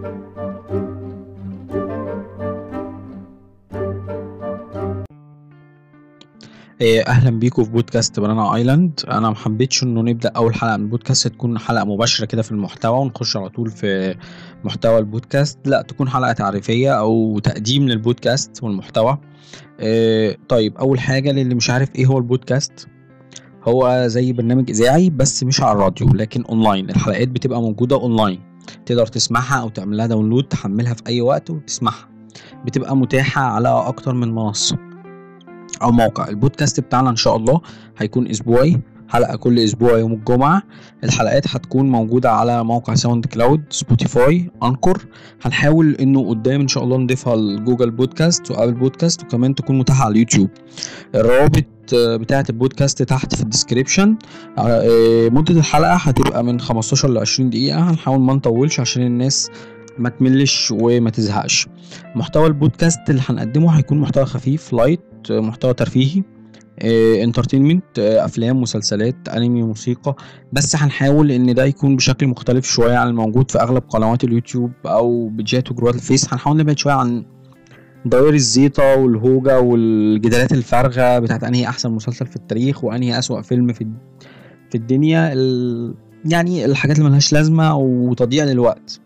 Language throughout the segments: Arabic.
اهلا بيكم في بودكاست بنانا ايلاند. انا محبتش انه نبدا اول حلقه من البودكاست تكون حلقه مباشره كده في المحتوى ونخش على طول في محتوى البودكاست، لا تكون حلقه تعريفيه او تقديم للبودكاست والمحتوى. طيب، اول حاجه للي مش عارف ايه هو البودكاست، هو زي برنامج اذاعي بس مش على الراديو لكن اونلاين. الحلقات بتبقى موجوده اونلاين، تقدر تسمعها او تعملها داونلود تحملها في اي وقت وتسمعها. بتبقى متاحه على اكتر من منصه او موقع. البودكاست بتاعنا ان شاء الله هيكون اسبوعي، حلقة كل اسبوع يوم الجمعة. الحلقات هتكون موجودة على موقع ساوند كلاود، سبوتيفاي، انكور. هنحاول انه قدام ان شاء الله نضيفها لجوجل بودكاست وابل بودكاست، وكمان تكون متاحة على اليوتيوب. الروابط بتاعة البودكاست تحت في الديسكريبشن. مدة الحلقة هتبقى من 15 ل 20 دقيقة، هنحاول ما نطولش عشان الناس ما تملش وما تزهقش. محتوى البودكاست اللي هنقدمه هيكون محتوى خفيف لايت، محتوى ترفيهي، انترتينمنت، افلام، مسلسلات، انمي، موسيقى. بس هنحاول ان ده يكون بشكل مختلف شويه عن الموجود في اغلب قنوات اليوتيوب او بيدجات وجروبات الفيس. هنحاول نبعد شويه عن دوائر الزيطه والهوجه والجدالات الفارغه بتاعت انهي احسن مسلسل في التاريخ وانهي اسوأ فيلم في الدنيا، يعني الحاجات اللي ملهاش لازمه وتضييع للوقت.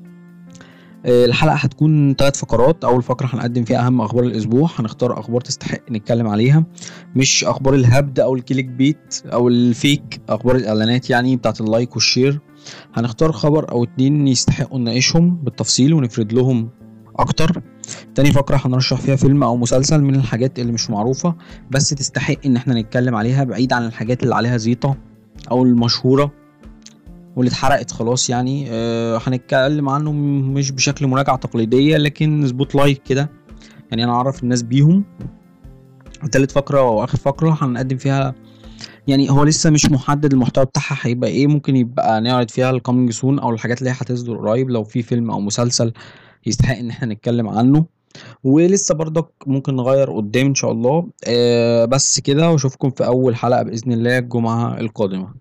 الحلقة هتكون 3 فقرات. أول فقرة هنقدم فيها أهم أخبار الأسبوع، هنختار أخبار تستحق نتكلم عليها، مش أخبار الهبد أو الكليك بيت أو الفيك، أخبار الإعلانات يعني بتاعت اللايك والشير. هنختار خبر أو 2 يستحقوا نناقشهم بالتفصيل ونفرد لهم أكتر. تاني فقرة هنرشح فيها فيلم أو مسلسل من الحاجات اللي مش معروفة بس تستحق إن احنا نتكلم عليها، بعيد عن الحاجات اللي عليها زيطة أو المشهورة واللي اتحرقت خلاص. يعني هنتكلم عنه مش بشكل مراجعة تقليدية لكن سبوت لايت كده، يعني انا اعرف الناس بيهم. تالت فقرة واخر فقرة هنقدم فيها، يعني هو لسه مش محدد المحتوى بتاعها هيبقى ايه، ممكن يبقى نعرض فيها الكومينج سون او الحاجات اللي هي هتصدر قريب لو في فيلم او مسلسل يستحق ان احنا نتكلم عنه. ولسه برضك ممكن نغير قدام ان شاء الله. بس كده، واشوفكم في اول حلقة باذن الله الجمعة القادمة.